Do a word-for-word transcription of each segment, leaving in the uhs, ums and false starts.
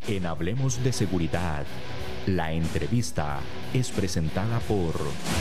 En Hablemos de Seguridad, la entrevista es presentada por...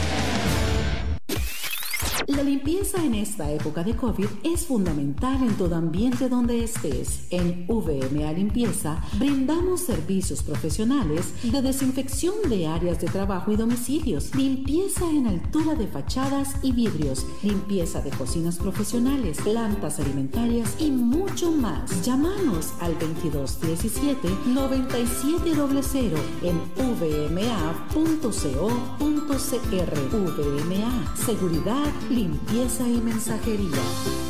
La limpieza en esta época de COVID es fundamental en todo ambiente donde estés. En V M A Limpieza brindamos servicios profesionales de desinfección de áreas de trabajo y domicilios, limpieza en altura de fachadas y vidrios, limpieza de cocinas profesionales, plantas alimentarias y mucho más. Llámanos al veintidós diecisiete noventa y siete cero cero en v m a punto co punto c r. V M A, seguridad, limpieza y mensajería.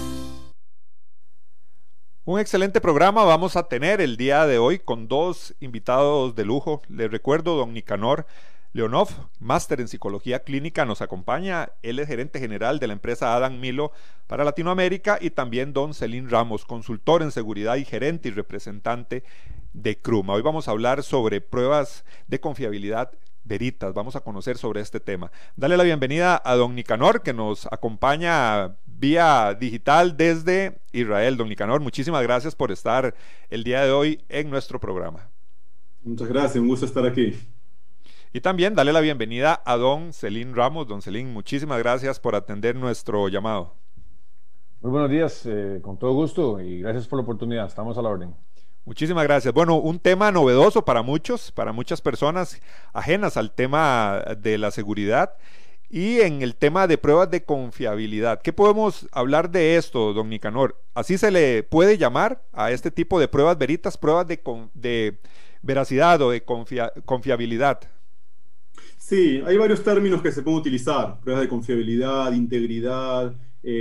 Un excelente programa vamos a tener el día de hoy con dos invitados de lujo. Les recuerdo, don Nicanor Leonov, máster en psicología clínica, nos acompaña. Él es gerente general de la empresa Adam Milo para Latinoamérica, y también don Celín Ramos, consultor en seguridad y gerente y representante de Cruma. Hoy vamos a hablar sobre pruebas de confiabilidad Veritas. Vamos a conocer sobre este tema. Dale la bienvenida a don Nicanor, que nos acompaña vía digital desde Israel. Don Nicanor, muchísimas gracias por estar el día de hoy en nuestro programa. Muchas gracias, un gusto estar aquí. Y también dale la bienvenida a don Celín Ramos. Don Celín, muchísimas gracias por atender nuestro llamado. Muy buenos días, eh, con todo gusto, y gracias por la oportunidad. Estamos a la orden. Muchísimas gracias. Bueno, un tema novedoso para muchos, para muchas personas ajenas al tema de la seguridad, y en el tema de pruebas de confiabilidad. ¿Qué podemos hablar de esto, don Nicanor? ¿Así se le puede llamar a este tipo de pruebas veritas, pruebas de, con, de veracidad o de confia, confiabilidad? Sí, hay varios términos que se pueden utilizar: pruebas de confiabilidad, integridad.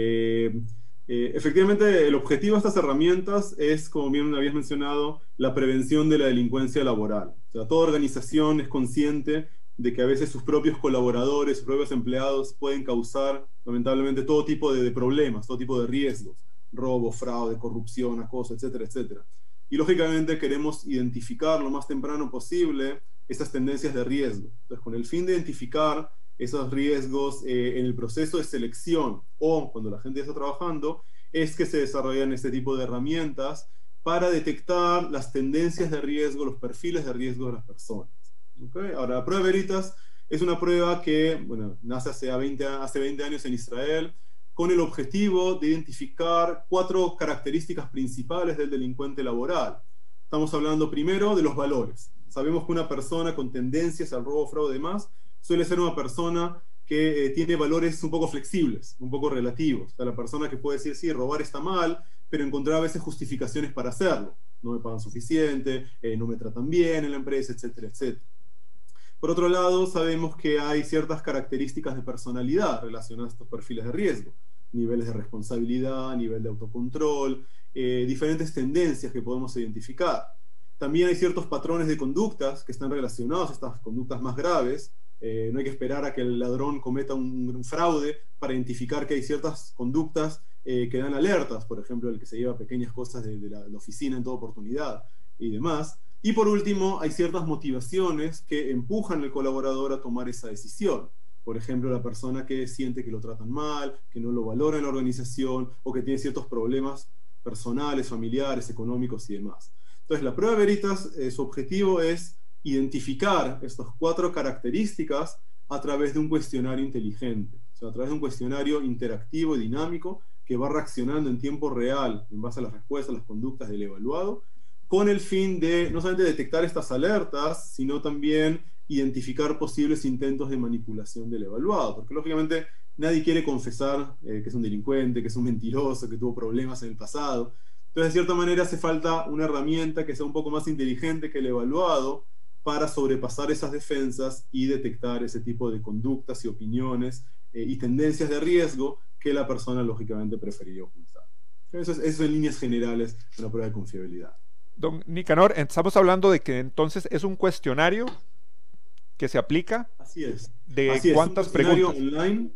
Eh, eh, efectivamente, el objetivo de estas herramientas es, como bien habías mencionado, la prevención de la delincuencia laboral. O sea, toda organización es consciente de que a veces sus propios colaboradores, sus propios empleados pueden causar, lamentablemente, todo tipo de, de problemas, todo tipo de riesgos: robo, fraude, corrupción, acoso, etcétera, etcétera. Y lógicamente queremos identificar lo más temprano posible esas tendencias de riesgo. Entonces, con el fin de identificar esos riesgos eh, en el proceso de selección, o cuando la gente ya está trabajando, es que se desarrollan este tipo de herramientas para detectar las tendencias de riesgo, los perfiles de riesgo de las personas. ¿Okay? Ahora, la prueba Veritas es una prueba que, bueno, nace hace veinte, hace veinte años en Israel, con el objetivo de identificar cuatro características principales del delincuente laboral. Estamos hablando primero de los valores. Sabemos que una persona con tendencias al robo, fraude y demás suele ser una persona que eh, tiene valores un poco flexibles, un poco relativos. O sea, la persona que puede decir, sí, robar está mal, pero encontrar a veces justificaciones para hacerlo. No me pagan suficiente, eh, no me tratan bien en la empresa, etcétera, etcétera. Por otro lado, sabemos que hay ciertas características de personalidad relacionadas a estos perfiles de riesgo: niveles de responsabilidad, nivel de autocontrol, eh, diferentes tendencias que podemos identificar. También hay ciertos patrones de conductas que están relacionados a estas conductas más graves. Eh, no hay que esperar a que el ladrón cometa un, un fraude para identificar que hay ciertas conductas eh, que dan alertas, por ejemplo, el que se lleva pequeñas cosas de, de, la, de la oficina en toda oportunidad y demás. Y por último, hay ciertas motivaciones que empujan al colaborador a tomar esa decisión. Por ejemplo, la persona que siente que lo tratan mal, que no lo valora en la organización, o que tiene ciertos problemas personales, familiares, económicos y demás. Entonces, la prueba Veritas, eh, su objetivo es identificar estas cuatro características a través de un cuestionario inteligente. O sea, a través de un cuestionario interactivo y dinámico que va reaccionando en tiempo real en base a las respuestas, las conductas del evaluado, con el fin de no solamente detectar estas alertas, sino también identificar posibles intentos de manipulación del evaluado, porque lógicamente nadie quiere confesar eh, que es un delincuente, que es un mentiroso, que tuvo problemas en el pasado. Entonces, de cierta manera, hace falta una herramienta que sea un poco más inteligente que el evaluado para sobrepasar esas defensas y detectar ese tipo de conductas y opiniones eh, y tendencias de riesgo que la persona lógicamente preferiría ocultar. Eso es, eso en líneas generales una prueba de confiabilidad. Don Nicanor, estamos hablando de que entonces es un cuestionario que se aplica. Así es. ¿De Así cuántas es, un cuestionario preguntas? Online.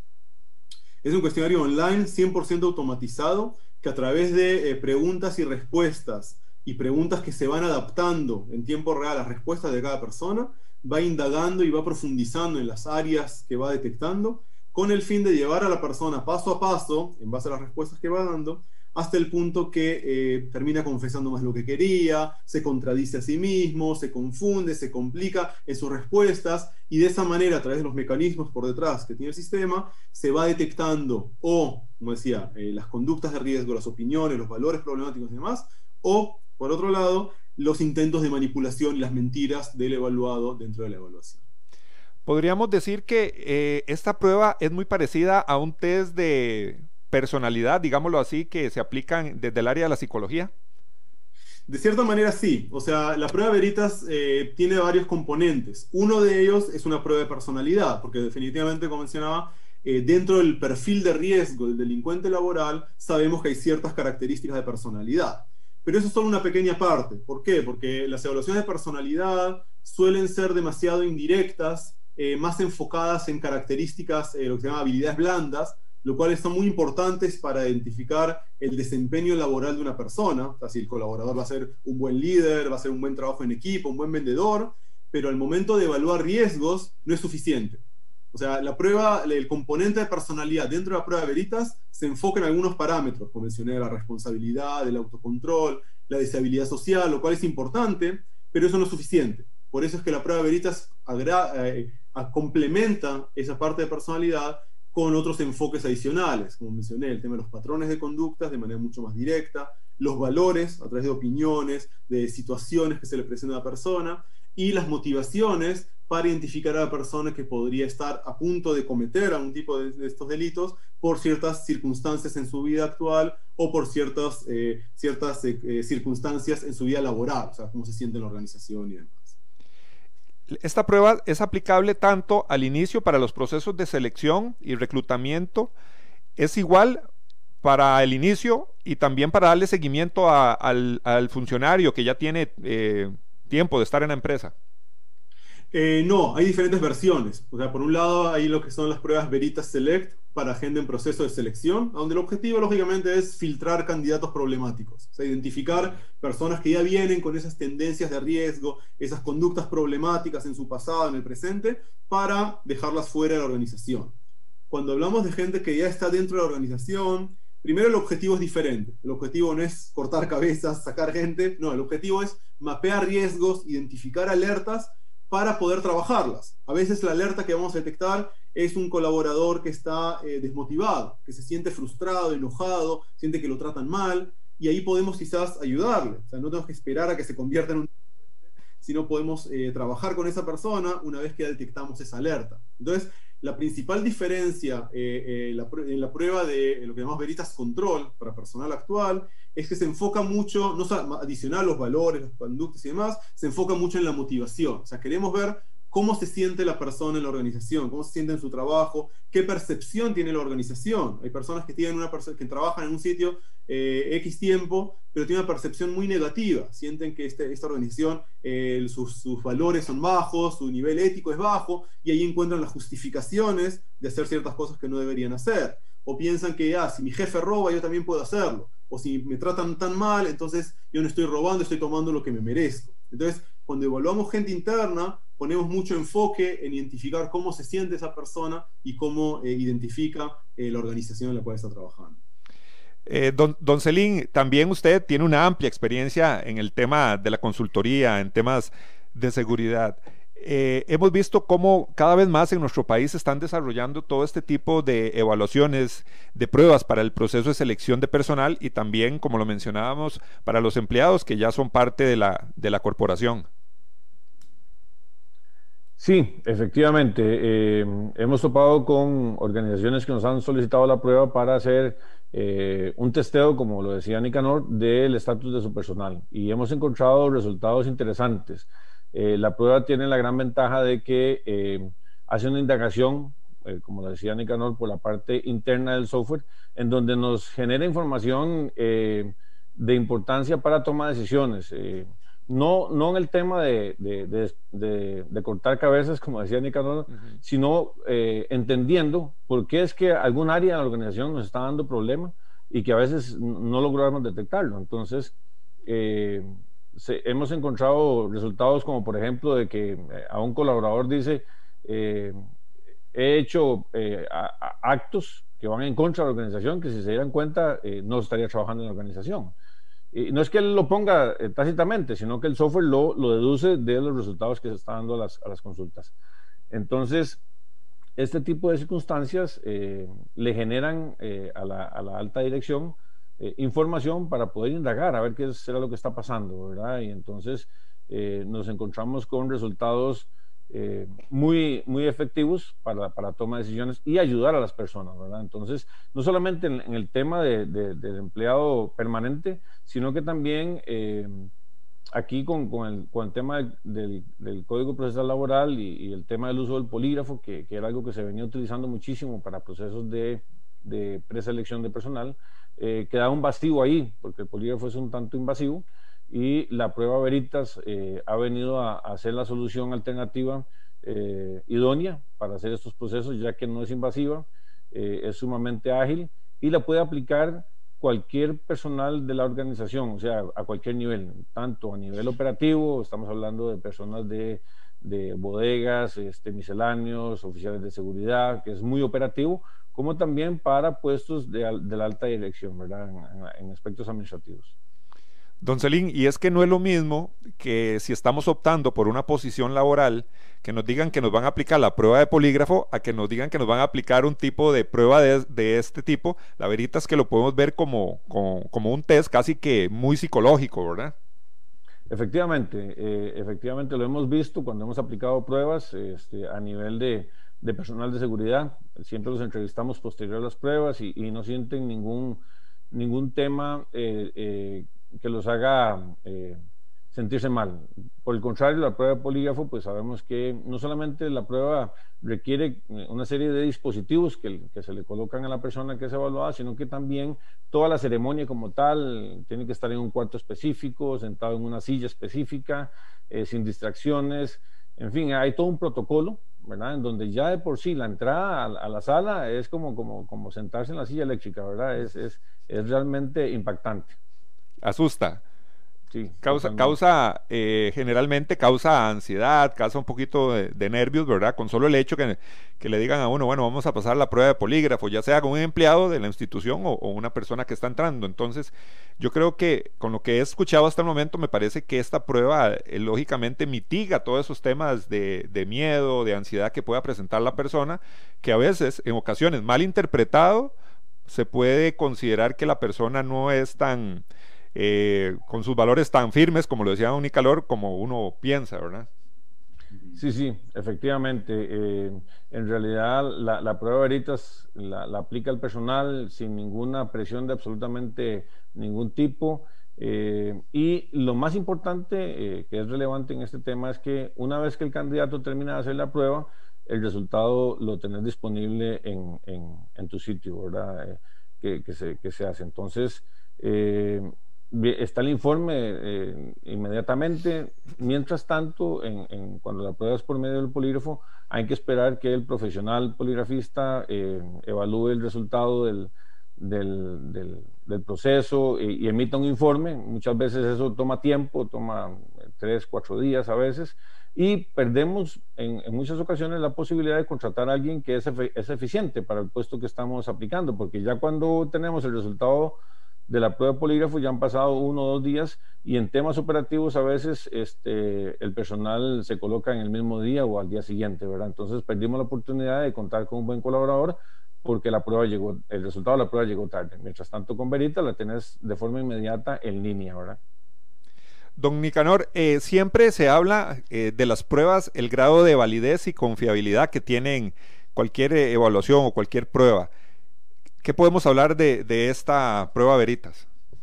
Es un cuestionario online cien por ciento automatizado que a través de eh, preguntas y respuestas y preguntas que se van adaptando en tiempo real a las respuestas de cada persona, va indagando y va profundizando en las áreas que va detectando, con el fin de llevar a la persona paso a paso, en base a las respuestas que va dando, hasta el punto que eh, termina confesando más lo que quería, se contradice a sí mismo, se confunde, se complica en sus respuestas, y de esa manera, a través de los mecanismos por detrás que tiene el sistema, se va detectando o, como decía, eh, las conductas de riesgo, las opiniones, los valores problemáticos y demás, o, por otro lado, los intentos de manipulación y las mentiras del evaluado dentro de la evaluación. Podríamos decir que eh, esta prueba es muy parecida a un test de personalidad, digámoslo así, que se aplican desde el área de la psicología. De cierta manera sí, o sea, la prueba Veritas eh, tiene varios componentes. Uno de ellos es una prueba de personalidad, porque definitivamente, como mencionaba, eh, dentro del perfil de riesgo del delincuente laboral, sabemos que hay ciertas características de personalidad. Pero eso es solo una pequeña parte. ¿Por qué? Porque las evaluaciones de personalidad suelen ser demasiado indirectas, eh, más enfocadas en características, eh, lo que se llama habilidades blandas, lo cual son muy importantes para identificar el desempeño laboral de una persona. O sea, si el colaborador va a ser un buen líder, va a hacer un buen trabajo en equipo, un buen vendedor, pero al momento de evaluar riesgos no es suficiente. O sea, la prueba, el componente de personalidad dentro de la prueba de Veritas se enfoca en algunos parámetros, como mencioné, la responsabilidad, el autocontrol, la deshabilidad social, lo cual es importante, pero eso no es suficiente. Por eso es que la prueba de Veritas agra eh, complementa esa parte de personalidad con otros enfoques adicionales, como mencioné, el tema de los patrones de conductas de manera mucho más directa, los valores a través de opiniones, de situaciones que se le presentan a la persona, y las motivaciones para identificar a la persona que podría estar a punto de cometer algún tipo de, de estos delitos por ciertas circunstancias en su vida actual o por ciertas, eh, ciertas eh, circunstancias en su vida laboral, o sea, cómo se siente en la organización y demás. Esta prueba es aplicable tanto al inicio para los procesos de selección y reclutamiento, es igual para el inicio y también para darle seguimiento a, al, al funcionario que ya tiene eh, tiempo de estar en la empresa. Eh, no, hay diferentes versiones. O sea, por un lado hay lo que son las pruebas Veritas Select para gente en proceso de selección, donde el objetivo lógicamente es filtrar candidatos problemáticos, o sea, identificar personas que ya vienen con esas tendencias de riesgo, esas conductas problemáticas en su pasado, en el presente, para dejarlas fuera de la organización. Cuando hablamos de gente que ya está dentro de la organización, primero el objetivo es diferente. El objetivo no es cortar cabezas, sacar gente, no, el objetivo es mapear riesgos, identificar alertas para poder trabajarlas. A veces la alerta que vamos a detectar es un colaborador que está eh, desmotivado, que se siente frustrado, enojado, siente que lo tratan mal, y ahí podemos quizás ayudarle. O sea, no tenemos que esperar a que se convierta en un... sino podemos eh, trabajar con esa persona una vez que detectamos esa alerta. Entonces, la principal diferencia eh, eh, la, en la prueba de lo que llamamos Veritas Control para personal actual es que se enfoca mucho, no adicional a los valores, las conductas y demás, se enfoca mucho en la motivación. O sea, queremos ver cómo se siente la persona en la organización, cómo se siente en su trabajo, qué percepción tiene la organización. Hay personas que, tienen una que trabajan en un sitio eh, X tiempo, pero tienen una percepción muy negativa. Sienten que este, esta organización, eh, sus, sus valores son bajos, su nivel ético es bajo, y ahí encuentran las justificaciones de hacer ciertas cosas que no deberían hacer. O piensan que, ah, si mi jefe roba, yo también puedo hacerlo. O si me tratan tan mal, entonces yo no estoy robando, estoy tomando lo que me merezco. Entonces, cuando evaluamos gente interna, ponemos mucho enfoque en identificar cómo se siente esa persona y cómo eh, identifica eh, la organización en la cual está trabajando. Eh, don, don Celín, también usted tiene una amplia experiencia en el tema de la consultoría, en temas de seguridad. Eh, hemos visto cómo cada vez más en nuestro país se están desarrollando todo este tipo de evaluaciones, de pruebas para el proceso de selección de personal y también, como lo mencionábamos, para los empleados que ya son parte de la, de la corporación. Sí, efectivamente. Eh, hemos topado con organizaciones que nos han solicitado la prueba para hacer eh, un testeo, como lo decía Nicanor, del estatus de su personal. Y hemos encontrado resultados interesantes. Eh, la prueba tiene la gran ventaja de que eh, hace una indagación, eh, como lo decía Nicanor, por la parte interna del software, en donde nos genera información eh, de importancia para toma de decisiones. Eh, No, no en el tema de, de, de, de, de cortar cabezas, como decía Nicanor, uh-huh. sino eh, entendiendo por qué es que algún área de la organización nos está dando problemas y que a veces no logramos detectarlo. Entonces, eh, se, hemos encontrado resultados como, por ejemplo, de que a un colaborador dice, eh, he hecho, eh, a, actos que van en contra de la organización, que si se dieran cuenta eh, no estaría trabajando en la organización. Y no es que él lo ponga eh, tácitamente, sino que el software lo, lo deduce de los resultados que se está dando a las, a las consultas. Entonces, este tipo de circunstancias eh, le generan eh, a, la, a la alta dirección eh, información para poder indagar, a ver qué será lo que está pasando, ¿verdad? Y entonces eh, nos encontramos con resultados eh, muy, muy efectivos para, para toma de decisiones y ayudar a las personas, ¿verdad? Entonces, no solamente en, en el tema de, de, del empleado permanente, sino que también eh, aquí con, con, el, con el tema del, del Código Procesal Laboral y, y el tema del uso del polígrafo, que, que era algo que se venía utilizando muchísimo para procesos de, de preselección de personal, eh, queda un vacío ahí, porque el polígrafo es un tanto invasivo, y la prueba Veritas eh, ha venido a, a ser la solución alternativa eh, idónea para hacer estos procesos, ya que no es invasiva, eh, es sumamente ágil y la puede aplicar cualquier personal de la organización, o sea, a cualquier nivel, tanto a nivel operativo, estamos hablando de personas de, de bodegas, este, misceláneos, oficiales de seguridad, que es muy operativo, como también para puestos de, de la alta dirección, ¿verdad? En, en aspectos administrativos. Don Celín, y es que no es lo mismo que si estamos optando por una posición laboral, que nos digan que nos van a aplicar la prueba de polígrafo, a que nos digan que nos van a aplicar un tipo de prueba de, de este tipo. La Veritas es que lo podemos ver como, como, como un test casi que muy psicológico, ¿verdad? Efectivamente, eh, efectivamente lo hemos visto cuando hemos aplicado pruebas este, a nivel de, de personal de seguridad. Siempre los entrevistamos posterior a las pruebas y, y no sienten ningún, ningún tema eh, eh, que los haga eh, sentirse mal. Por el contrario, la prueba de polígrafo, pues sabemos que no solamente la prueba requiere una serie de dispositivos que, que se le colocan a la persona que es evaluada, sino que también toda la ceremonia como tal tiene que estar en un cuarto específico, sentado en una silla específica, eh, sin distracciones, en fin, hay todo un protocolo, ¿verdad? En donde ya de por sí la entrada a, a la sala es como, como, como sentarse en la silla eléctrica, ¿verdad? Es, es, es realmente impactante. Asusta. Sí, causa, causa eh, generalmente causa ansiedad, causa un poquito de, de nervios, ¿verdad? Con solo el hecho que, que le digan a uno, bueno, vamos a pasar la prueba de polígrafo, ya sea con un empleado de la institución o, o una persona que está entrando. Entonces, yo creo que con lo que he escuchado hasta el momento, me parece que esta prueba eh, lógicamente mitiga todos esos temas de, de miedo, de ansiedad que pueda presentar la persona, que a veces, en ocasiones, mal interpretado, se puede considerar que la persona no es tan... Eh, con sus valores tan firmes, como lo decía don Nicanor, como uno piensa, ¿verdad? Sí, sí, efectivamente. Eh, en realidad, la, la prueba Veritas la, la aplica el personal sin ninguna presión de absolutamente ningún tipo. Eh, y lo más importante, eh, que es relevante en este tema, es que una vez que el candidato termina de hacer la prueba, el resultado lo tenés disponible en, en, en tu sitio, ¿verdad? Eh, que, que, se, que se hace. Entonces, eh, está el informe eh, inmediatamente. Mientras tanto, en, en, cuando la prueba es por medio del polígrafo, hay que esperar que el profesional poligrafista eh, evalúe el resultado del, del, del, del proceso y, y emita un informe. Muchas veces eso toma tiempo, toma tres, cuatro días a veces, y perdemos en, en muchas ocasiones la posibilidad de contratar a alguien que es, efe, es eficiente para el puesto que estamos aplicando, porque ya cuando tenemos el resultado de la prueba de polígrafo ya han pasado uno o dos días, y en temas operativos a veces este, el personal se coloca en el mismo día o al día siguiente, ¿verdad? Entonces perdimos la oportunidad de contar con un buen colaborador porque la prueba llegó, el resultado de la prueba llegó tarde. Mientras tanto, con Veritas la tenés de forma inmediata en línea, ¿verdad? Don Nicanor, eh, siempre se habla eh, de las pruebas, el grado de validez y confiabilidad que tienen cualquier eh, evaluación o cualquier prueba. ¿Qué podemos hablar de, de esta prueba Veritas?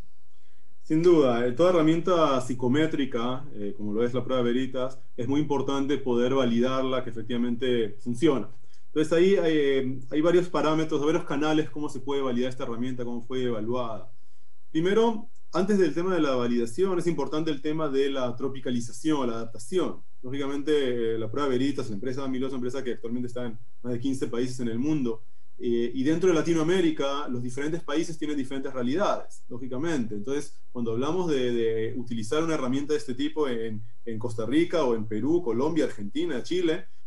Sin duda, eh, toda herramienta psicométrica, eh, como lo es la prueba Veritas, es muy importante poder validarla, que efectivamente funciona. Entonces ahí hay, eh, hay varios parámetros, varios canales, cómo se puede validar esta herramienta, cómo fue evaluada. Primero, antes del tema de la validación, es importante el tema de la tropicalización, la adaptación. Lógicamente, eh, la prueba Veritas, la empresa Amilo es una empresa que actualmente está en más de quince países en el mundo. Eh, y dentro de Latinoamérica, los diferentes países tienen diferentes realidades, lógicamente. Entonces, cuando hablamos de, de utilizar una herramienta de este tipo en, en Costa Rica o en Perú, Colombia, Argentina, Chile,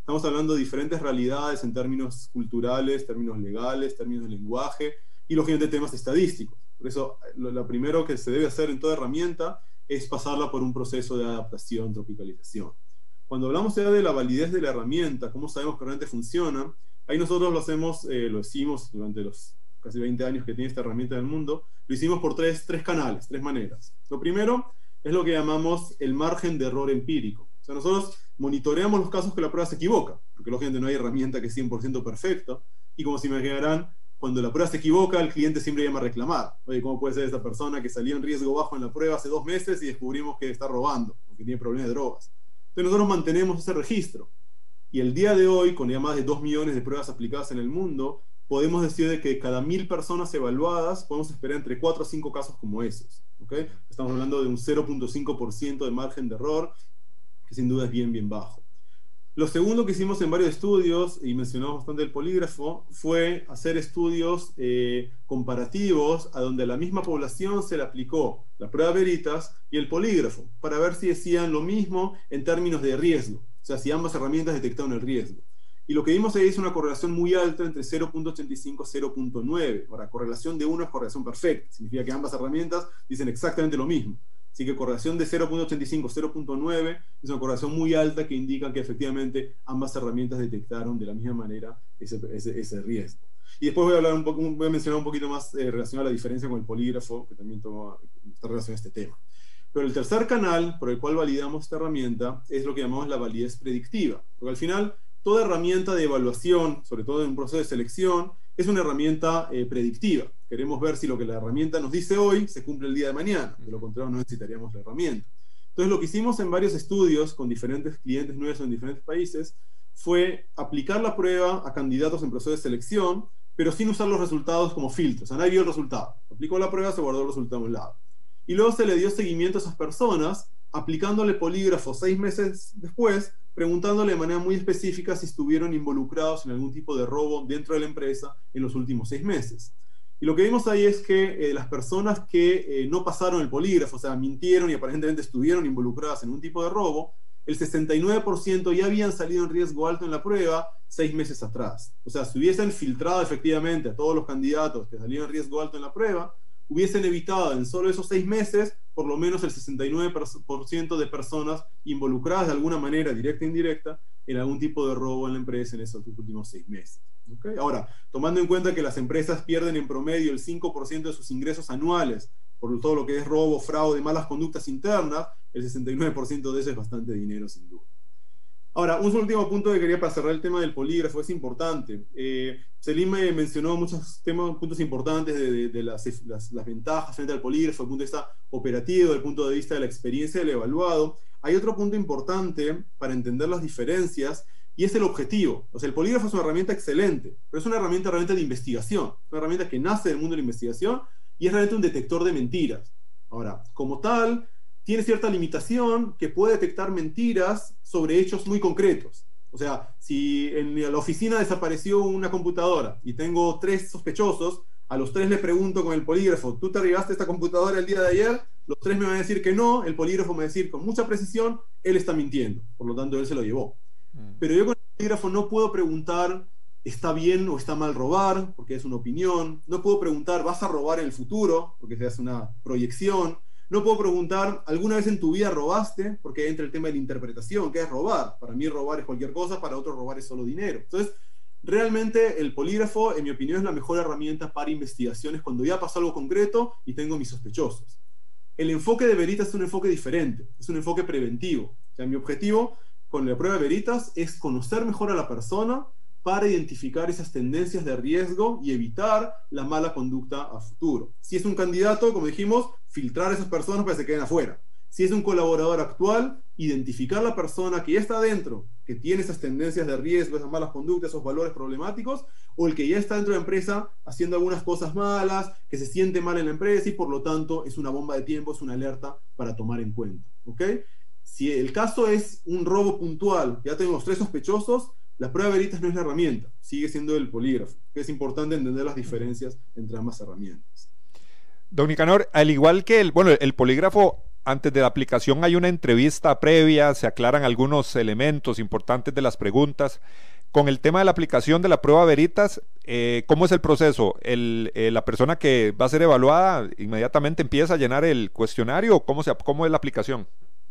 estamos hablando de diferentes realidades en términos culturales, términos legales, términos de lenguaje y lógicamente temas estadísticos. Por eso, lo, lo primero que se debe hacer en toda herramienta es pasarla por un proceso de adaptación, tropicalización. Cuando hablamos ya de la validez de la herramienta, cómo sabemos que realmente funciona, ahí nosotros lo hacemos, eh, lo hicimos durante los casi veinte años que tiene esta herramienta en el mundo, lo hicimos por tres, tres canales, tres maneras. Lo primero es lo que llamamos el margen de error empírico. O sea, nosotros monitoreamos los casos que la prueba se equivoca, porque lógicamente no hay herramienta que es cien por ciento perfecta, y como se imaginarán, cuando la prueba se equivoca, el cliente siempre llama a reclamar. Oye, ¿cómo puede ser esta persona que salió en riesgo bajo en la prueba hace dos meses y descubrimos que está robando, o que tiene problemas de drogas? Entonces nosotros mantenemos ese registro. Y el día de hoy, con ya más de dos millones de pruebas aplicadas en el mundo, podemos decir de que cada mil personas evaluadas podemos esperar entre cuatro a cinco casos como esos. ¿Okay? Estamos hablando de un cero punto cinco por ciento de margen de error, que sin duda es bien, bien bajo. Lo segundo que hicimos en varios estudios, y mencionamos bastante el polígrafo, fue hacer estudios eh, comparativos a donde a la misma población se le aplicó la prueba Veritas y el polígrafo, para ver si decían lo mismo en términos de riesgo, o sea, si ambas herramientas detectaron el riesgo. Y lo que vimos ahí es una correlación muy alta entre cero punto ochenta y cinco y cero punto nueve. Ahora, correlación de uno es correlación perfecta, significa que ambas herramientas dicen exactamente lo mismo. Así que correlación de cero punto ochenta y cinco a cero punto nueve es una correlación muy alta que indica que efectivamente ambas herramientas detectaron de la misma manera ese, ese, ese riesgo. Y después voy a, hablar un poco, voy a mencionar un poquito más eh, relacionado a la diferencia con el polígrafo, que también toma, está relacionado a este tema. Pero el tercer canal por el cual validamos esta herramienta es lo que llamamos la validez predictiva. Porque al final, toda herramienta de evaluación, sobre todo en un proceso de selección, es una herramienta eh, predictiva. Queremos ver si lo que la herramienta nos dice hoy se cumple el día de mañana. De lo contrario, no necesitaríamos la herramienta. Entonces, lo que hicimos en varios estudios con diferentes clientes nuestros en diferentes países fue aplicar la prueba a candidatos en proceso de selección, pero sin usar los resultados como filtros. O sea, nadie vio el resultado. Aplicó la prueba, se guardó el resultado a un lado. Y luego se le dio seguimiento a esas personas, aplicándole polígrafo seis meses después, preguntándole de manera muy específica si estuvieron involucrados en algún tipo de robo dentro de la empresa en los últimos seis meses. Y lo que vimos ahí es que eh, las personas que eh, no pasaron el polígrafo, o sea, mintieron y aparentemente estuvieron involucradas en un tipo de robo, el sesenta y nueve por ciento ya habían salido en riesgo alto en la prueba seis meses atrás. O sea, si hubiesen filtrado efectivamente a todos los candidatos que salieron en riesgo alto en la prueba, hubiesen evitado en solo esos seis meses por lo menos el sesenta y nueve por ciento de personas involucradas de alguna manera, directa e indirecta, en algún tipo de robo en la empresa en esos últimos seis meses. ¿Okay? Ahora, tomando en cuenta que las empresas pierden en promedio el cinco por ciento de sus ingresos anuales por todo lo que es robo, fraude, malas conductas internas, el sesenta y nueve por ciento de eso es bastante dinero sin duda. Ahora, un último punto que quería para cerrar el tema del polígrafo, es importante. Eh, Selim me mencionó muchos temas, puntos importantes de, de, de las, las, las ventajas frente al polígrafo, desde el punto de vista operativo, desde el punto de vista de la experiencia del evaluado. Hay otro punto importante para entender las diferencias, y es el objetivo. O sea, el polígrafo es una herramienta excelente, pero es una herramienta realmente de investigación, una herramienta que nace del mundo de la investigación y es realmente un detector de mentiras. Ahora, como tal, tiene cierta limitación que puede detectar mentiras sobre hechos muy concretos. O sea, si en la oficina desapareció una computadora y tengo tres sospechosos, a los tres les pregunto con el polígrafo, ¿tú te arribaste a esta computadora el día de ayer? Los tres me van a decir que no, el polígrafo me va a decir con mucha precisión, él está mintiendo, por lo tanto él se lo llevó. Mm. Pero yo con el polígrafo no puedo preguntar, ¿está bien o está mal robar? Porque es una opinión. No puedo preguntar, ¿vas a robar en el futuro? Porque se hace una proyección. No puedo preguntar, ¿alguna vez en tu vida robaste? Porque entra el tema de la interpretación, ¿qué es robar? Para mí robar es cualquier cosa, para otros robar es solo dinero. Entonces, realmente el polígrafo, en mi opinión, es la mejor herramienta para investigaciones cuando ya pasó algo concreto y tengo mis sospechosos. El enfoque de Veritas es un enfoque diferente, es un enfoque preventivo. O sea, mi objetivo con la prueba de Veritas es conocer mejor a la persona para identificar esas tendencias de riesgo y evitar la mala conducta a futuro. Si es un candidato, como dijimos, filtrar a esas personas para que se queden afuera. Si es un colaborador actual, identificar la persona que ya está dentro, que tiene esas tendencias de riesgo, esas malas conductas, esos valores problemáticos, o el que ya está dentro de la empresa haciendo algunas cosas malas, que se siente mal en la empresa y por lo tanto es una bomba de tiempo, es una alerta para tomar en cuenta. ¿Ok? Si el caso es un robo puntual, ya tenemos tres sospechosos, la prueba de Veritas no es la herramienta, sigue siendo el polígrafo. Es importante entender las diferencias entre ambas herramientas. Don Nicanor, al igual que el, bueno, el polígrafo antes de la aplicación hay una entrevista previa, se aclaran algunos elementos importantes de las preguntas. Con el tema de la aplicación de la prueba Veritas, eh, ¿cómo es el proceso? El, eh, ¿La persona que va a ser evaluada inmediatamente empieza a llenar el cuestionario? ¿Cómo, se, cómo es la aplicación?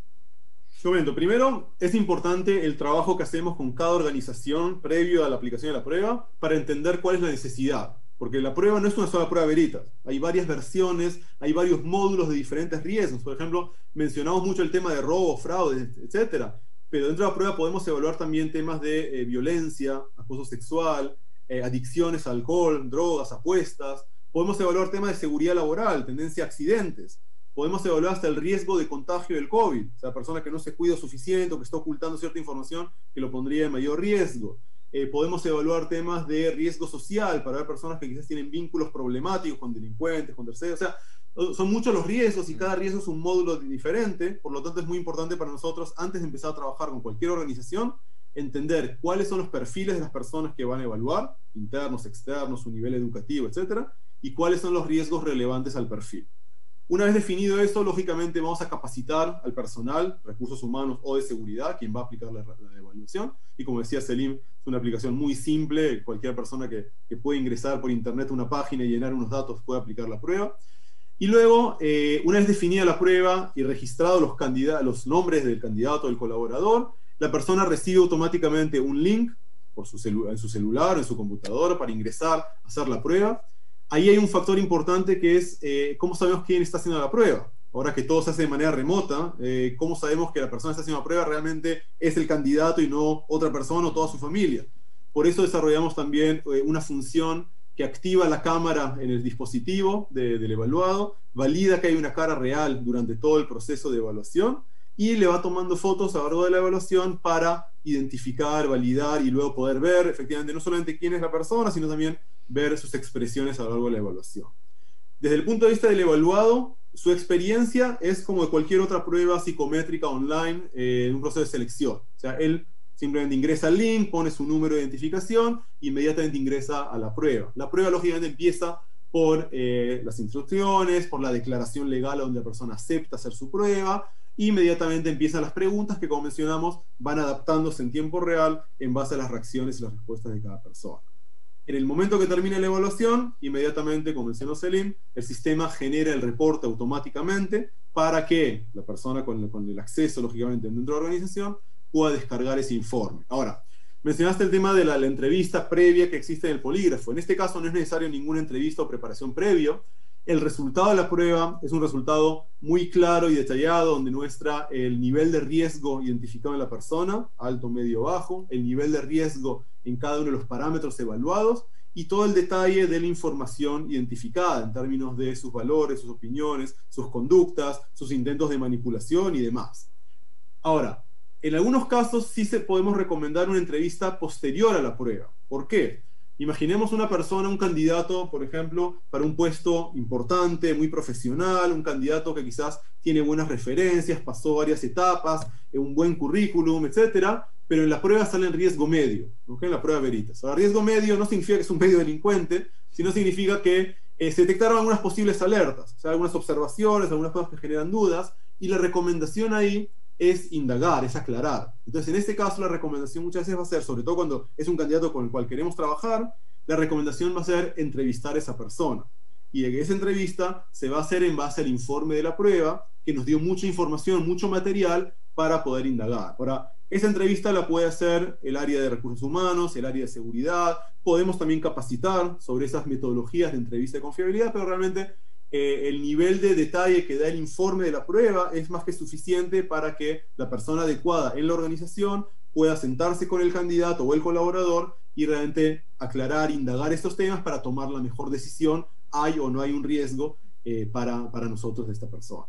Comento, primero es importante el trabajo que hacemos con cada organización previo a la aplicación de la prueba para entender cuál es la necesidad, porque la prueba no es una sola prueba Veritas, hay varias versiones, hay varios módulos de diferentes riesgos. Por ejemplo, mencionamos mucho el tema de robo, fraude, etcétera, pero dentro de la prueba podemos evaluar también temas de eh, violencia, acoso sexual, eh, adicciones a alcohol, drogas, apuestas. Podemos evaluar temas de seguridad laboral, tendencia a accidentes. Podemos evaluar hasta el riesgo de contagio del COVID, o sea, persona que no se cuida suficiente o que está ocultando cierta información que lo pondría en mayor riesgo. Eh, podemos evaluar temas de riesgo social para ver personas que quizás tienen vínculos problemáticos con delincuentes, con terceros. O sea, son muchos los riesgos y cada riesgo es un módulo diferente, por lo tanto es muy importante para nosotros, antes de empezar a trabajar con cualquier organización, entender cuáles son los perfiles de las personas que van a evaluar, internos, externos, su nivel educativo, etcétera, y cuáles son los riesgos relevantes al perfil. Una vez definido eso, lógicamente vamos a capacitar al personal, recursos humanos o de seguridad, quien va a aplicar la, la evaluación. Y como decía Selim, es una aplicación muy simple, cualquier persona que, que puede ingresar por internet a una página y llenar unos datos puede aplicar la prueba. Y luego, eh, una vez definida la prueba y registrados los, los nombres del candidato o del colaborador, la persona recibe automáticamente un link por su en su celular o en su computadora para ingresar a hacer la prueba. Ahí hay un factor importante que es eh, cómo sabemos quién está haciendo la prueba. Ahora que todo se hace de manera remota, eh, cómo sabemos que la persona que está haciendo la prueba realmente es el candidato y no otra persona o toda su familia. Por eso desarrollamos también eh, una función que activa la cámara en el dispositivo de, del evaluado, valida que hay una cara real durante todo el proceso de evaluación y le va tomando fotos a lo largo de la evaluación para identificar, validar y luego poder ver efectivamente no solamente quién es la persona, sino también ver sus expresiones a lo largo de la evaluación. Desde el punto de vista del evaluado, su experiencia es como de cualquier otra prueba psicométrica online eh, en un proceso de selección. O sea, él simplemente ingresa al link, pone su número de identificación, inmediatamente ingresa a la prueba. La prueba, lógicamente, empieza por eh, las instrucciones, por la declaración legal donde la persona acepta hacer su prueba, e inmediatamente empiezan las preguntas que, como mencionamos, van adaptándose en tiempo real en base a las reacciones y las respuestas de cada persona. En el momento que termine la evaluación, inmediatamente, como mencionó Selim, el sistema genera el reporte automáticamente para que la persona con, con el acceso, lógicamente, dentro de la organización, pueda descargar ese informe. Ahora, mencionaste el tema de la, la entrevista previa que existe en el polígrafo. En este caso no es necesario ninguna entrevista o preparación previo. El resultado de la prueba es un resultado muy claro y detallado, donde muestra el nivel de riesgo identificado en la persona, alto, medio, bajo, el nivel de riesgo en cada uno de los parámetros evaluados y todo el detalle de la información identificada en términos de sus valores, sus opiniones, sus conductas, sus intentos de manipulación y demás. Ahora, en algunos casos sí se podemos recomendar una entrevista posterior a la prueba. ¿Por qué? Imaginemos una persona, un candidato, por ejemplo, para un puesto importante, muy profesional, un candidato que quizás tiene buenas referencias, pasó varias etapas, un buen currículum, etcétera, pero en la prueba sale en riesgo medio, ¿okay? En la prueba Veritas. Ahora, riesgo medio no significa que es un medio delincuente, sino significa que eh, se detectaron algunas posibles alertas, o sea, algunas observaciones, algunas cosas que generan dudas, y la recomendación ahí es indagar, es aclarar. Entonces, en este caso, la recomendación muchas veces va a ser, sobre todo cuando es un candidato con el cual queremos trabajar, la recomendación va a ser entrevistar a esa persona. Y de que esa entrevista se va a hacer en base al informe de la prueba, que nos dio mucha información, mucho material para poder indagar. Ahora, esa entrevista la puede hacer el área de recursos humanos, el área de seguridad. Podemos también capacitar sobre esas metodologías de entrevista de confiabilidad, pero realmente Eh, el nivel de detalle que da el informe de la prueba es más que suficiente para que la persona adecuada en la organización pueda sentarse con el candidato o el colaborador y realmente aclarar, indagar estos temas para tomar la mejor decisión, hay o no hay un riesgo eh, para, para nosotros de esta persona.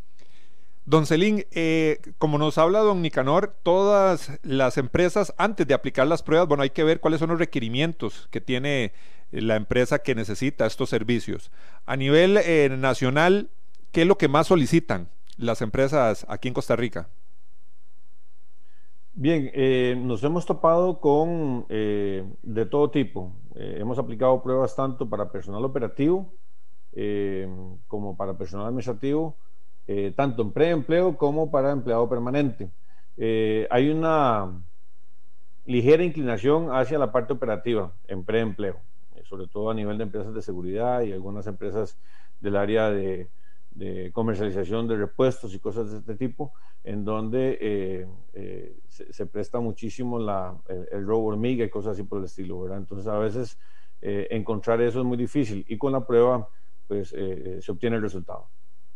Don Selim, eh, como nos habla don Nicanor, todas las empresas antes de aplicar las pruebas, bueno, hay que ver cuáles son los requerimientos que tiene la empresa que necesita estos servicios. A nivel eh, nacional, ¿qué es lo que más solicitan las empresas aquí en Costa Rica? Bien, eh, nos hemos topado con eh, de todo tipo. Eh, hemos aplicado pruebas tanto para personal operativo eh, como para personal administrativo. eh, tanto en preempleo como para empleado permanente. Eh, hay una ligera inclinación hacia la parte operativa en preempleo, eh, sobre todo a nivel de empresas de seguridad y algunas empresas del área de, de comercialización de repuestos y cosas de este tipo, en donde eh, eh, se, se presta muchísimo la, el, el robo hormiga y cosas así por el estilo, ¿verdad? Entonces a veces eh, encontrar eso es muy difícil y con la prueba pues eh, se obtiene el resultado.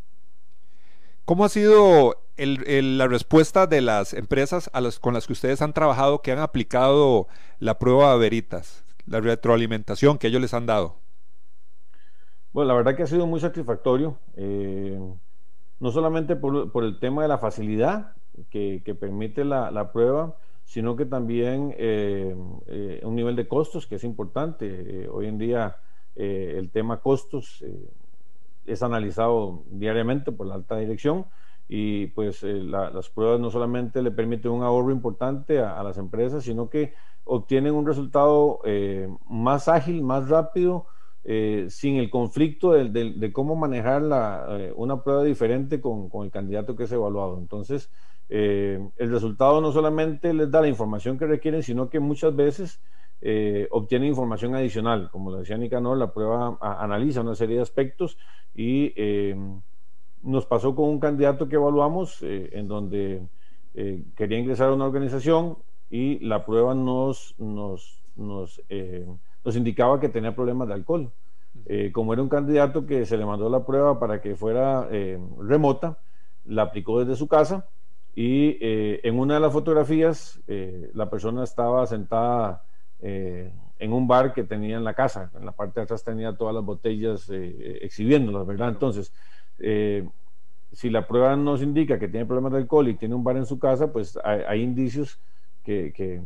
¿Cómo ha sido el, el, la respuesta de las empresas a las, con las que ustedes han trabajado, que han aplicado la prueba Veritas, la retroalimentación que ellos les han dado? Bueno, la verdad que ha sido muy satisfactorio, eh, no solamente por, por el tema de la facilidad que, que permite la, la prueba, sino que también eh, eh, un nivel de costos que es importante. Eh, hoy en día eh, el tema costos eh, es analizado diariamente por la alta dirección y pues eh, la, las pruebas no solamente le permiten un ahorro importante a, a las empresas, sino que obtienen un resultado eh, más ágil, más rápido, eh, sin el conflicto de, de, de cómo manejar la, eh, una prueba diferente con, con el candidato que es evaluado. Entonces, eh, el resultado no solamente les da la información que requieren, sino que muchas veces Eh, obtiene información adicional. Como lo decía Nicanor, la prueba a, analiza una serie de aspectos y eh, nos pasó con un candidato que evaluamos eh, en donde eh, quería ingresar a una organización y la prueba nos, nos, nos, eh, nos indicaba que tenía problemas de alcohol. Eh, como era un candidato que se le mandó la prueba para que fuera eh, remota, la aplicó desde su casa y eh, en una de las fotografías eh, la persona estaba sentada Eh, en un bar que tenía en la casa. En la parte de atrás tenía todas las botellas eh, exhibiéndolas, ¿verdad? Entonces, eh, si la prueba nos indica que tiene problemas de alcohol y tiene un bar en su casa, pues hay, hay indicios que, que,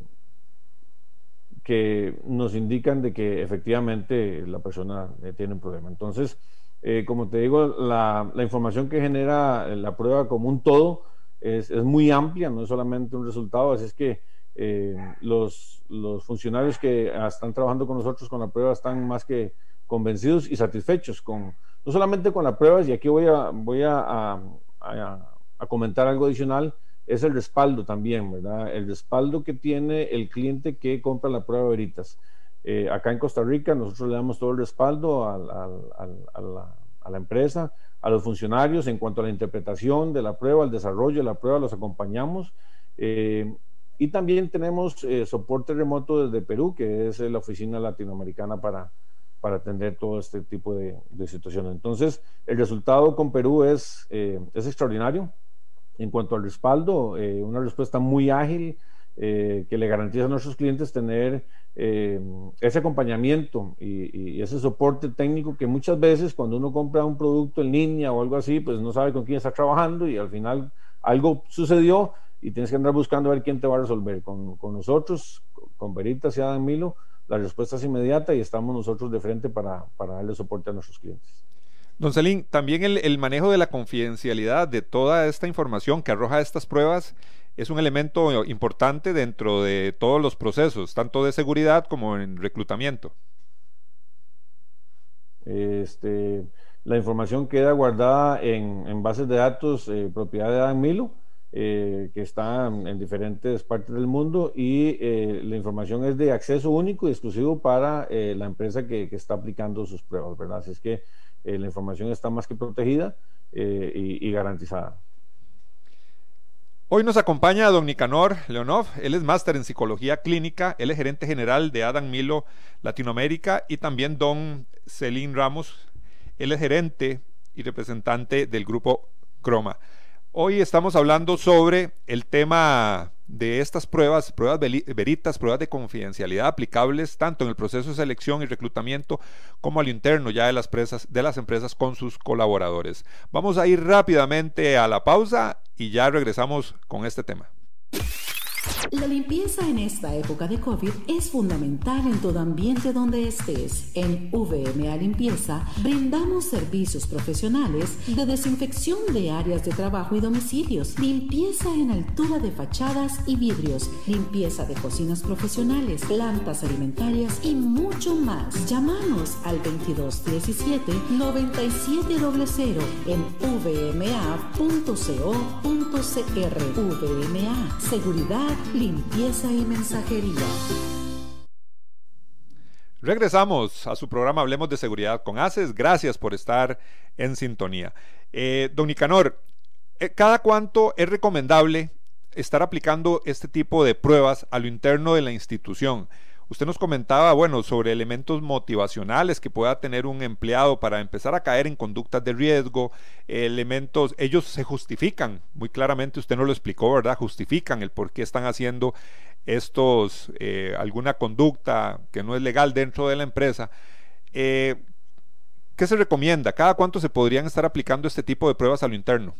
que nos indican de que efectivamente la persona eh, tiene un problema. Entonces, eh, como te digo, la, la información que genera la prueba como un todo es, es muy amplia, no es solamente un resultado, así es que Eh, los, los funcionarios que están trabajando con nosotros con la prueba están más que convencidos y satisfechos con, no solamente con la prueba, y aquí voy a, voy a, a, a, a comentar algo adicional, es el respaldo también, ¿verdad? El respaldo que tiene el cliente que compra la prueba Veritas. Eh, acá en Costa Rica nosotros le damos todo el respaldo a, a, a, a, la, a la empresa, a los funcionarios en cuanto a la interpretación de la prueba, al desarrollo de la prueba, los acompañamos. Eh, Y también tenemos eh, soporte remoto desde Perú, que es la oficina latinoamericana para, para atender todo este tipo de, de situaciones. Entonces, el resultado con Perú es, eh, es extraordinario. En cuanto al respaldo, eh, una respuesta muy ágil eh, que le garantiza a nuestros clientes tener eh, ese acompañamiento y, y ese soporte técnico que muchas veces cuando uno compra un producto en línea o algo así, pues no sabe con quién está trabajando y al final algo sucedió y tienes que andar buscando a ver quién te va a resolver. Con, con nosotros, con Veritas y Adam Milo, la respuesta es inmediata y estamos nosotros de frente para, para darle soporte a nuestros clientes. Don Celín, también el, el manejo de la confidencialidad de toda esta información que arroja estas pruebas es un elemento importante dentro de todos los procesos, tanto de seguridad como en reclutamiento. Este, la información queda guardada en, en bases de datos eh, propiedad de Adam Milo, Eh, que está en diferentes partes del mundo y eh, la información es de acceso único y exclusivo para eh, la empresa que, que está aplicando sus pruebas, ¿verdad? Así es que eh, la información está más que protegida eh, y, y garantizada. Hoy nos acompaña don Nicanor Leonov, él es máster en psicología clínica, él es gerente general de Adam Milo Latinoamérica, y también don Celín Ramos, él es gerente y representante del grupo Croma. Hoy estamos hablando sobre el tema de estas pruebas, pruebas Veritas, pruebas de confidencialidad aplicables tanto en el proceso de selección y reclutamiento como al interno ya de las, presas, de las empresas con sus colaboradores. Vamos a ir rápidamente a la pausa y ya regresamos con este tema. La limpieza en esta época de COVID es fundamental en todo ambiente donde estés. En V M A Limpieza brindamos servicios profesionales de desinfección de áreas de trabajo y domicilios, limpieza en altura de fachadas y vidrios, limpieza de cocinas profesionales, plantas alimentarias y mucho más. Llámanos al veintidós diecisiete noventa y siete cero cero en v m a punto co punto c r. V M A, seguridad, limpieza y mensajería. Regresamos a su programa Hablemos de Seguridad con ACES. Gracias por estar en sintonía. Eh, don Nicanor, eh, ¿cada cuánto es recomendable estar aplicando este tipo de pruebas a lo interno de la institución? Usted nos comentaba, bueno, sobre elementos motivacionales que pueda tener un empleado para empezar a caer en conductas de riesgo, elementos, ellos se justifican, muy claramente usted nos lo explicó, ¿verdad? Justifican el por qué están haciendo estos, eh, alguna conducta que no es legal dentro de la empresa. Eh, ¿Qué se recomienda? ¿Cada cuánto se podrían estar aplicando este tipo de pruebas a lo interno?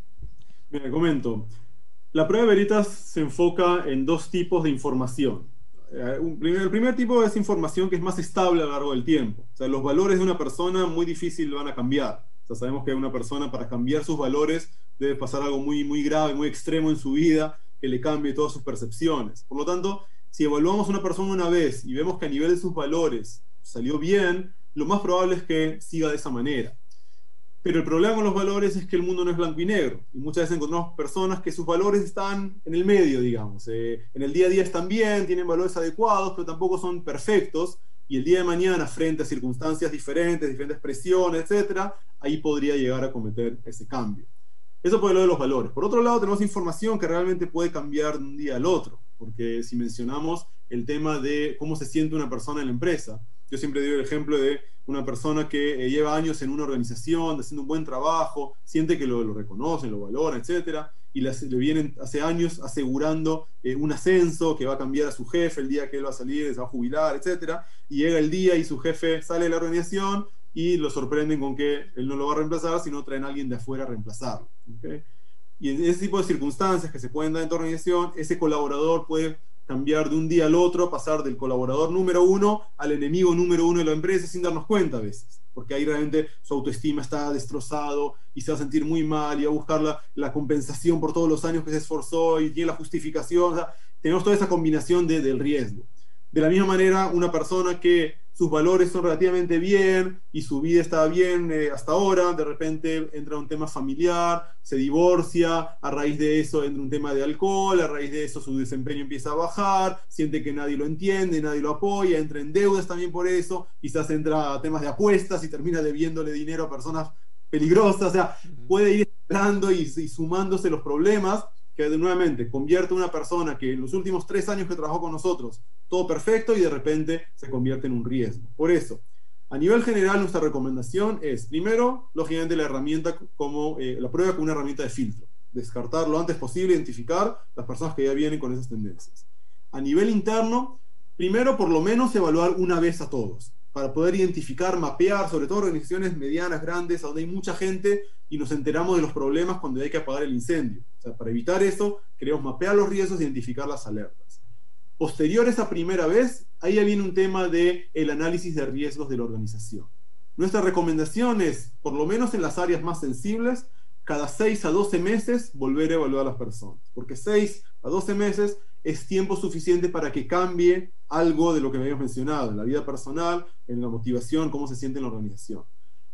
Mira, comento. La prueba de Veritas se enfoca en dos tipos de información. El primer tipo es información que es más estable a lo largo del tiempo. O sea, los valores de una persona muy difícil van a cambiar. O sea, sabemos que una persona, para cambiar sus valores, debe pasar algo muy, muy grave, muy extremo en su vida, que le cambie todas sus percepciones. Por lo tanto, si evaluamos a una persona una vez y vemos que a nivel de sus valores salió bien, lo más probable es que siga de esa manera. Pero el problema con los valores es que el mundo no es blanco y negro. Y muchas veces encontramos personas que sus valores están en el medio, digamos. Eh, en el día a día están bien, tienen valores adecuados, pero tampoco son perfectos. Y el día de mañana, frente a circunstancias diferentes, diferentes presiones, etcétera, ahí podría llegar a cometer ese cambio. Eso por el lado de los valores. Por otro lado, tenemos información que realmente puede cambiar de un día al otro. Porque si mencionamos el tema de cómo se siente una persona en la empresa, yo siempre doy el ejemplo de una persona que eh, lleva años en una organización, haciendo un buen trabajo, siente que lo, lo reconocen, lo valoran, etcétera, y le, le vienen hace años asegurando eh, un ascenso que va a cambiar a su jefe el día que él va a salir, se va a jubilar, etcétera, y llega el día y su jefe sale de la organización y lo sorprenden con que él no lo va a reemplazar, sino traen a alguien de afuera a reemplazarlo. ¿Okay? Y en ese tipo de circunstancias que se pueden dar en tu organización, ese colaborador puede cambiar de un día al otro, pasar del colaborador número uno al enemigo número uno de la empresa sin darnos cuenta a veces, porque ahí realmente su autoestima está destrozado y se va a sentir muy mal y va a buscar la, la compensación por todos los años que se esforzó y tiene la justificación. O sea, tenemos toda esa combinación de, del riesgo. De la misma manera, una persona que sus valores son relativamente bien y su vida está bien eh, hasta ahora, de repente entra un tema familiar, se divorcia, a raíz de eso entra un tema de alcohol, a raíz de eso su desempeño empieza a bajar, siente que nadie lo entiende, nadie lo apoya, entra en deudas también por eso, quizás entra a temas de apuestas y termina debiéndole dinero a personas peligrosas. O sea, puede ir entrando y, y sumándose los problemas que nuevamente convierte a una persona que en los últimos tres años que trabajó con nosotros, todo perfecto, y de repente se convierte en un riesgo. Por eso, a nivel general, nuestra recomendación es, primero, lógicamente la herramienta como eh, la prueba como una herramienta de filtro, descartar lo antes posible, identificar las personas que ya vienen con esas tendencias. A nivel interno, primero, por lo menos, evaluar una vez a todos, para poder identificar, mapear, sobre todo organizaciones medianas, grandes, donde hay mucha gente y nos enteramos de los problemas cuando hay que apagar el incendio. O sea, para evitar eso, queremos mapear los riesgos e identificar las alertas. Posterior a esa primera vez, ahí ya viene un tema de el análisis de riesgos de la organización. Nuestra recomendación es, por lo menos en las áreas más sensibles, cada seis a doce meses volver a evaluar a las personas, porque seis a doce meses es tiempo suficiente para que cambie algo de lo que habíamos mencionado, en la vida personal, en la motivación, cómo se siente en la organización.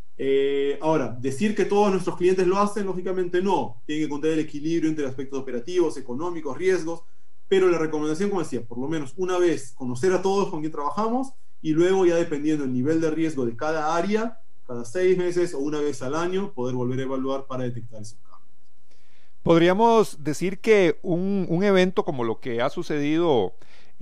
Eh, ahora, decir que todos nuestros clientes lo hacen, lógicamente no. Tienen que encontrar el equilibrio entre aspectos operativos, económicos, riesgos, pero la recomendación, como decía, por lo menos una vez conocer a todos con quien trabajamos y luego ya dependiendo del nivel de riesgo de cada área, cada seis meses o una vez al año, poder volver a evaluar para detectar esos cambios. Podríamos decir que un, un evento como lo que ha sucedido,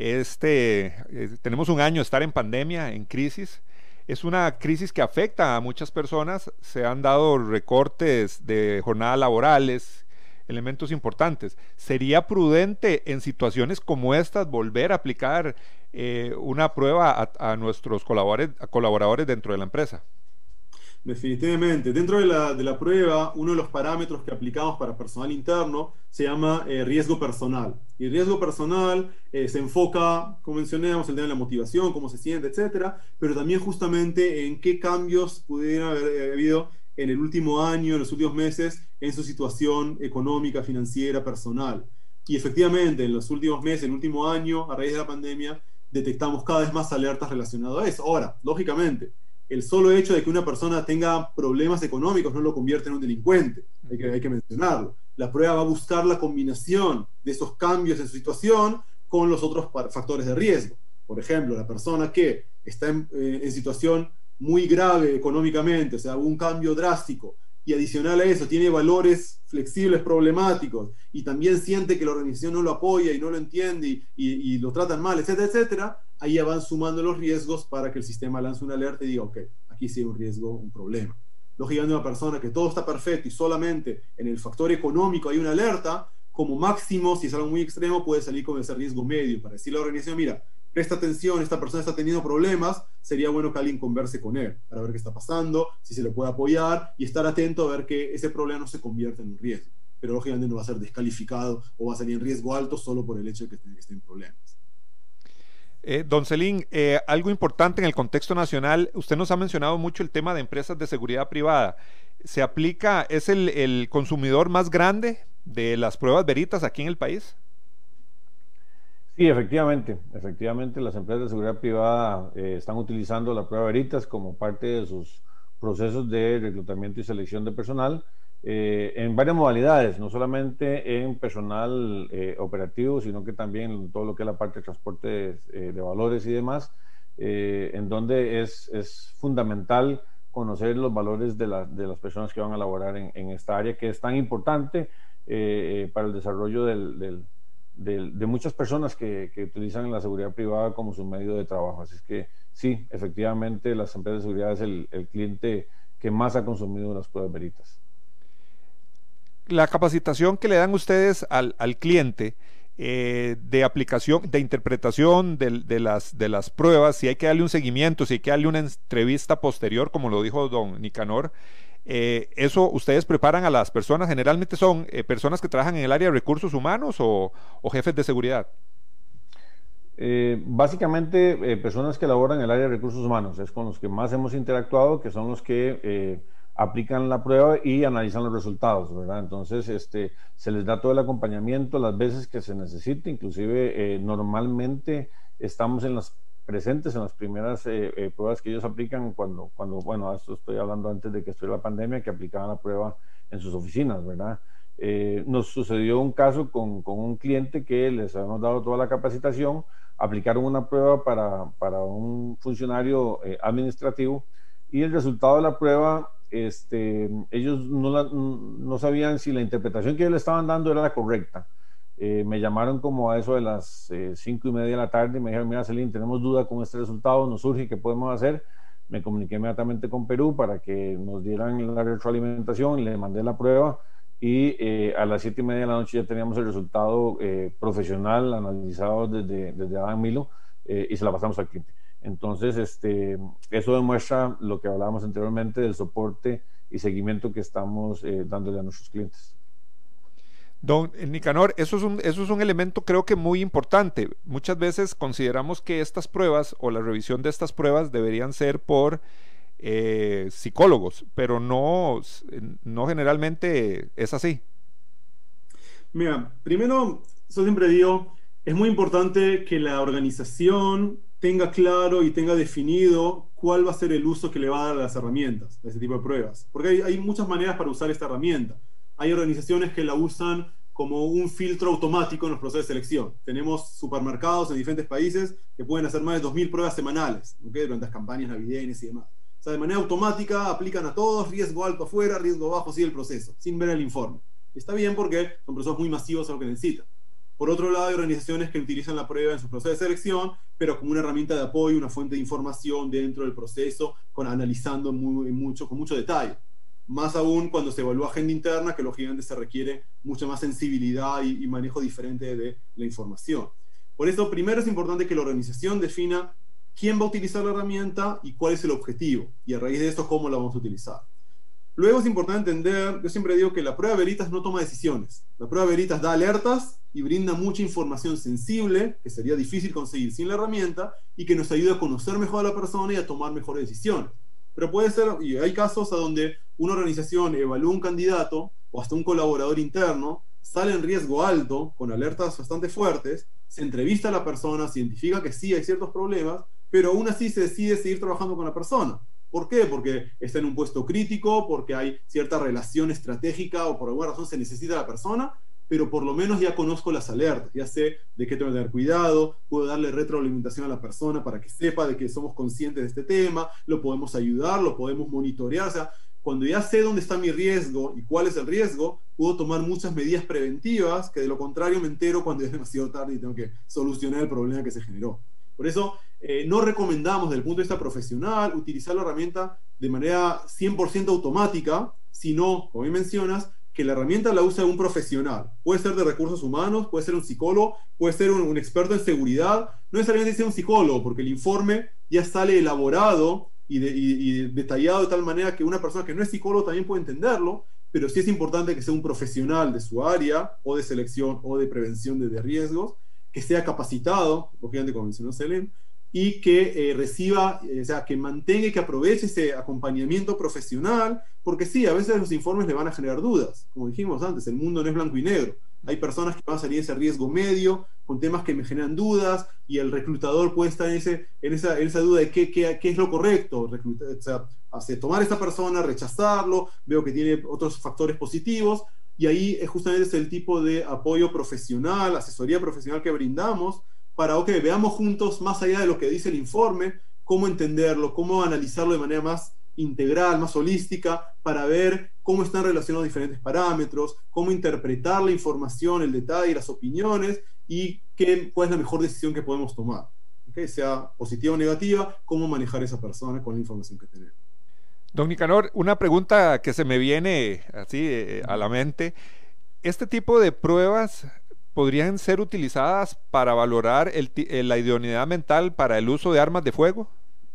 este, eh, tenemos un año de estar en pandemia, en crisis, es una crisis que afecta a muchas personas, se han dado recortes de jornadas laborales, elementos importantes. ¿Sería prudente en situaciones como estas volver a aplicar eh, una prueba a, a nuestros colaboradores, a colaboradores dentro de la empresa? Definitivamente. Dentro de la, de la prueba, uno de los parámetros que aplicamos para personal interno se llama eh, riesgo personal. Y riesgo personal eh, se enfoca, como mencionamos, el tema de la motivación, cómo se siente, etcétera, pero también justamente en qué cambios pudieran haber habido en el último año, en los últimos meses, en su situación económica, financiera, personal. Y efectivamente, en los últimos meses, en el último año, a raíz de la pandemia, detectamos cada vez más alertas relacionadas a eso. Ahora, lógicamente, el solo hecho de que una persona tenga problemas económicos no lo convierte en un delincuente, hay que, hay que mencionarlo. La prueba va a buscar la combinación de esos cambios en su situación con los otros factores de riesgo. Por ejemplo, la persona que está en, eh, en situación muy grave económicamente, o sea, un cambio drástico, y adicional a eso tiene valores flexibles problemáticos, y también siente que la organización no lo apoya y no lo entiende y, y, y lo tratan mal, etcétera, etcétera, ahí ya van sumando los riesgos para que el sistema lance una alerta y diga, ok, aquí sí hay un riesgo, un problema. Lógicamente, una persona que todo está perfecto y solamente en el factor económico hay una alerta, como máximo, si es algo muy extremo, puede salir con ese riesgo medio, para decirle a la organización, mira, presta atención, esta persona está teniendo problemas, sería bueno que alguien converse con él, para ver qué está pasando, si se le puede apoyar, y estar atento a ver que ese problema no se convierta en un riesgo. Pero lógicamente no va a ser descalificado o va a salir en riesgo alto solo por el hecho de que esté, esté en problemas. Eh, don Celín, eh, algo importante en el contexto nacional, usted nos ha mencionado mucho el tema de empresas de seguridad privada. ¿Se aplica, es el, el consumidor más grande de las pruebas Veritas aquí en el país? Sí, efectivamente, efectivamente las empresas de seguridad privada eh, están utilizando la prueba Veritas como parte de sus procesos de reclutamiento y selección de personal eh, en varias modalidades, no solamente en personal eh, operativo, sino que también en todo lo que es la parte de transporte de, eh, de valores y demás, eh, en donde es, es fundamental conocer los valores de, la, de las personas que van a laborar en, en esta área, que es tan importante eh, para el desarrollo del, del De, de muchas personas que, que utilizan la seguridad privada como su medio de trabajo. Así es que sí, efectivamente las empresas de seguridad es el, el cliente que más ha consumido las pruebas Veritas. La capacitación que le dan ustedes al, al cliente eh, de aplicación, de interpretación de, de, las, de las pruebas, si hay que darle un seguimiento, si hay que darle una entrevista posterior, como lo dijo don Nicanor, Eh, ¿eso ustedes preparan a las personas? ¿Generalmente son eh, personas que trabajan en el área de recursos humanos o, o jefes de seguridad? Eh, básicamente eh, personas que laboran en el área de recursos humanos, es con los que más hemos interactuado, que son los que eh, aplican la prueba y analizan los resultados, ¿verdad? Entonces este, se les da todo el acompañamiento las veces que se necesite, inclusive eh, normalmente estamos en las presentes en las primeras eh, eh, pruebas que ellos aplican cuando, cuando, bueno, esto estoy hablando antes de que estuviera la pandemia, que aplicaban la prueba en sus oficinas, ¿verdad? Eh, nos sucedió un caso con, con un cliente que les habíamos dado toda la capacitación, aplicaron una prueba para, para un funcionario eh, administrativo y el resultado de la prueba, este, ellos no, la, no sabían si la interpretación que ellos le estaban dando era la correcta. Eh, me llamaron como a eso de las eh, cinco y media de la tarde y me dijeron, mira Celín, tenemos duda con este resultado, nos surge, ¿qué podemos hacer? Me comuniqué inmediatamente con Perú para que nos dieran la retroalimentación, le mandé la prueba y eh, a las siete y media de la noche ya teníamos el resultado eh, profesional analizado desde, desde Adán Milo eh, y se la pasamos al cliente. Entonces, este, eso demuestra lo que hablábamos anteriormente del soporte y seguimiento que estamos eh, dándole a nuestros clientes. Don Nicanor, eso es, un, eso es un elemento creo que muy importante. Muchas veces consideramos que estas pruebas o la revisión de estas pruebas deberían ser por eh, psicólogos, pero no, no generalmente es así. Mira, primero, yo siempre digo, es muy importante que la organización tenga claro y tenga definido cuál va a ser el uso que le va a dar a las herramientas, a ese tipo de pruebas. Porque hay, hay muchas maneras para usar esta herramienta. Hay organizaciones que la usan como un filtro automático en los procesos de selección. Tenemos supermercados en diferentes países que pueden hacer más de dos mil pruebas semanales, ¿okay? Durante las campañas navideñas y demás. O sea, de manera automática aplican a todos, riesgo alto afuera, riesgo bajo, sigue el proceso, sin ver el informe. Está bien porque son procesos muy masivos a lo que necesitan. Por otro lado, hay organizaciones que utilizan la prueba en sus procesos de selección, pero como una herramienta de apoyo, una fuente de información dentro del proceso, con, analizando muy, mucho, con mucho detalle. Más aún cuando se evalúa agenda interna, que lógicamente se requiere mucha más sensibilidad y, y manejo diferente de la información. Por eso, primero es importante que la organización defina quién va a utilizar la herramienta y cuál es el objetivo, y a raíz de esto cómo la vamos a utilizar. Luego es importante entender, yo siempre digo que la prueba Veritas no toma decisiones. La prueba Veritas da alertas y brinda mucha información sensible, que sería difícil conseguir sin la herramienta, y que nos ayuda a conocer mejor a la persona y a tomar mejores decisiones. Pero puede ser, y hay casos a donde una organización evalúa un candidato, o hasta un colaborador interno, sale en riesgo alto, con alertas bastante fuertes, se entrevista a la persona, se identifica que sí hay ciertos problemas, pero aún así se decide seguir trabajando con la persona. ¿Por qué? Porque está en un puesto crítico, porque hay cierta relación estratégica o por alguna razón se necesita la persona, pero por lo menos ya conozco las alertas, ya sé de qué tengo que tener cuidado, puedo darle retroalimentación a la persona para que sepa de que somos conscientes de este tema, lo podemos ayudar, lo podemos monitorear. O sea, cuando ya sé dónde está mi riesgo y cuál es el riesgo, puedo tomar muchas medidas preventivas que de lo contrario me entero cuando es demasiado tarde y tengo que solucionar el problema que se generó. Por eso, eh, no recomendamos desde el punto de vista profesional utilizar la herramienta de manera cien por ciento automática, sino, como bien mencionas, que la herramienta la usa un profesional. Puede ser de recursos humanos, puede ser un psicólogo, puede ser un, un experto en seguridad, no necesariamente sea un psicólogo, porque el informe ya sale elaborado y, de, y, y detallado de tal manera que una persona que no es psicólogo también puede entenderlo, pero sí es importante que sea un profesional de su área, o de selección, o de prevención de, de riesgos, que sea capacitado, obviamente como mencionó Selene, y que eh, reciba, eh, o sea, que mantenga y que aproveche ese acompañamiento profesional, porque sí, a veces los informes le van a generar dudas. Como dijimos antes, el mundo no es blanco y negro. Hay personas que van a salir ese riesgo medio, con temas que me generan dudas, y el reclutador puede estar en, ese, en, esa, en esa duda de qué, qué, qué es lo correcto, Recluta, o sea, hace tomar a esta persona, rechazarlo, veo que tiene otros factores positivos, y ahí es justamente es el tipo de apoyo profesional, asesoría profesional que brindamos para, ok, veamos juntos, más allá de lo que dice el informe, cómo entenderlo, cómo analizarlo de manera más integral, más holística, para ver cómo están relacionados diferentes parámetros, cómo interpretar la información, el detalle, las opiniones, y qué, cuál es la mejor decisión que podemos tomar. ¿Okay? Sea positiva o negativa, cómo manejar a esa persona con la información que tenemos. Don Nicanor, una pregunta que se me viene así eh, a la mente. ¿Este tipo de pruebas podrían ser utilizadas para valorar el, la idoneidad mental para el uso de armas de fuego?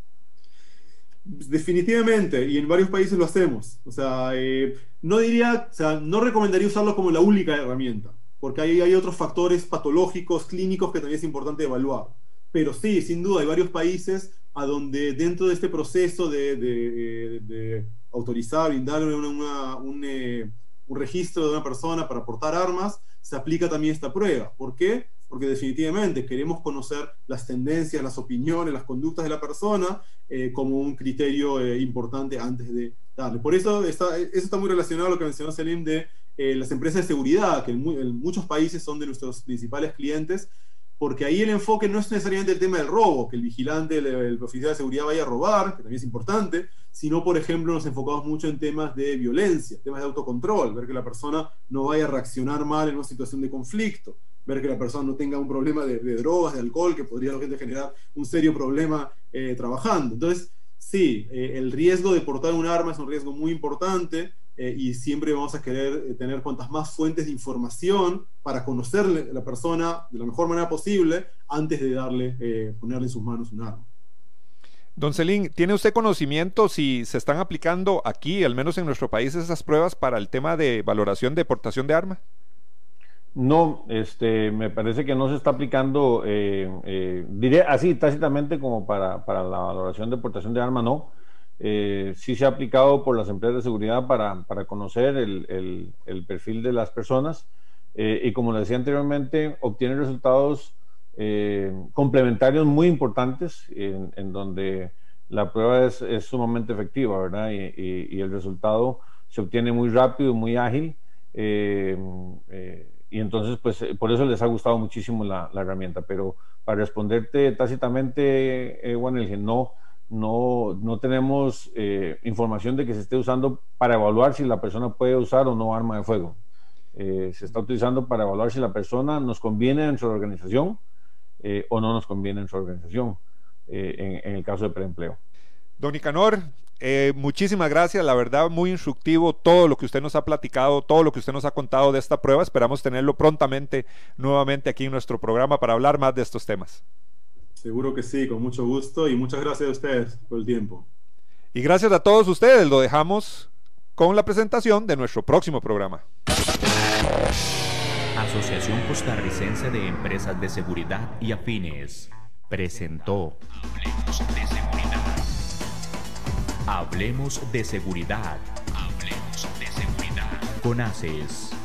Definitivamente, y en varios países lo hacemos. O sea, eh, no diría, o sea, no recomendaría usarlo como la única herramienta, porque hay, hay otros factores patológicos, clínicos que también es importante evaluar. Pero sí, sin duda, hay varios países a donde dentro de este proceso de, de, de, de autorizar, brindarle una, una, un, eh, un registro de una persona para portar armas, se aplica también esta prueba. ¿Por qué? Porque definitivamente queremos conocer las tendencias, las opiniones, las conductas de la persona eh, como un criterio eh, importante antes de darle. Por eso está, eso está muy relacionado a lo que mencionó Selim de eh, las empresas de seguridad, que en, muy, en muchos países son de nuestros principales clientes, porque ahí el enfoque no es necesariamente el tema del robo, que el vigilante, el, el oficial de seguridad vaya a robar, que también es importante, sino, por ejemplo, nos enfocamos mucho en temas de violencia, temas de autocontrol, ver que la persona no vaya a reaccionar mal en una situación de conflicto, ver que la persona no tenga un problema de, de drogas, de alcohol, que podría generar un serio problema eh, trabajando. Entonces, sí, eh, el riesgo de portar un arma es un riesgo muy importante, eh, y siempre vamos a querer eh, tener cuantas más fuentes de información para conocerle a la persona de la mejor manera posible antes de darle, eh, ponerle en sus manos un arma. Don Celín, ¿tiene usted conocimiento si se están aplicando aquí, al menos en nuestro país, esas pruebas para el tema de valoración de portación de arma? No, este, me parece que no se está aplicando, eh, eh, diré así tácitamente como para, para la valoración de portación de arma, no. Eh, sí se ha aplicado por las empresas de seguridad para, para conocer el, el, el perfil de las personas, eh, y como le decía anteriormente, obtiene resultados eh, complementarios muy importantes en, en donde la prueba es, es sumamente efectiva, ¿verdad? Y, y, y el resultado se obtiene muy rápido, muy ágil, eh, eh, y entonces pues por eso les ha gustado muchísimo la, la herramienta. Pero para responderte tácitamente, eh, Juan Elgen, no No, no tenemos eh, información de que se esté usando para evaluar si la persona puede usar o no arma de fuego. Eh, se está utilizando para evaluar si la persona nos conviene en su organización eh, o no nos conviene en su organización, eh, en, en el caso de preempleo. Don Nicanor, eh, muchísimas gracias, la verdad muy instructivo todo lo que usted nos ha platicado, todo lo que usted nos ha contado de esta prueba. Esperamos tenerlo prontamente nuevamente aquí en nuestro programa para hablar más de estos temas. Seguro que sí, con mucho gusto, y muchas gracias a ustedes por el tiempo. Y gracias a todos ustedes, lo dejamos con la presentación de nuestro próximo programa. Asociación Costarricense de Empresas de Seguridad y Afines presentó Hablemos de Seguridad. Hablemos de Seguridad. Hablemos de Seguridad. Con A C E S.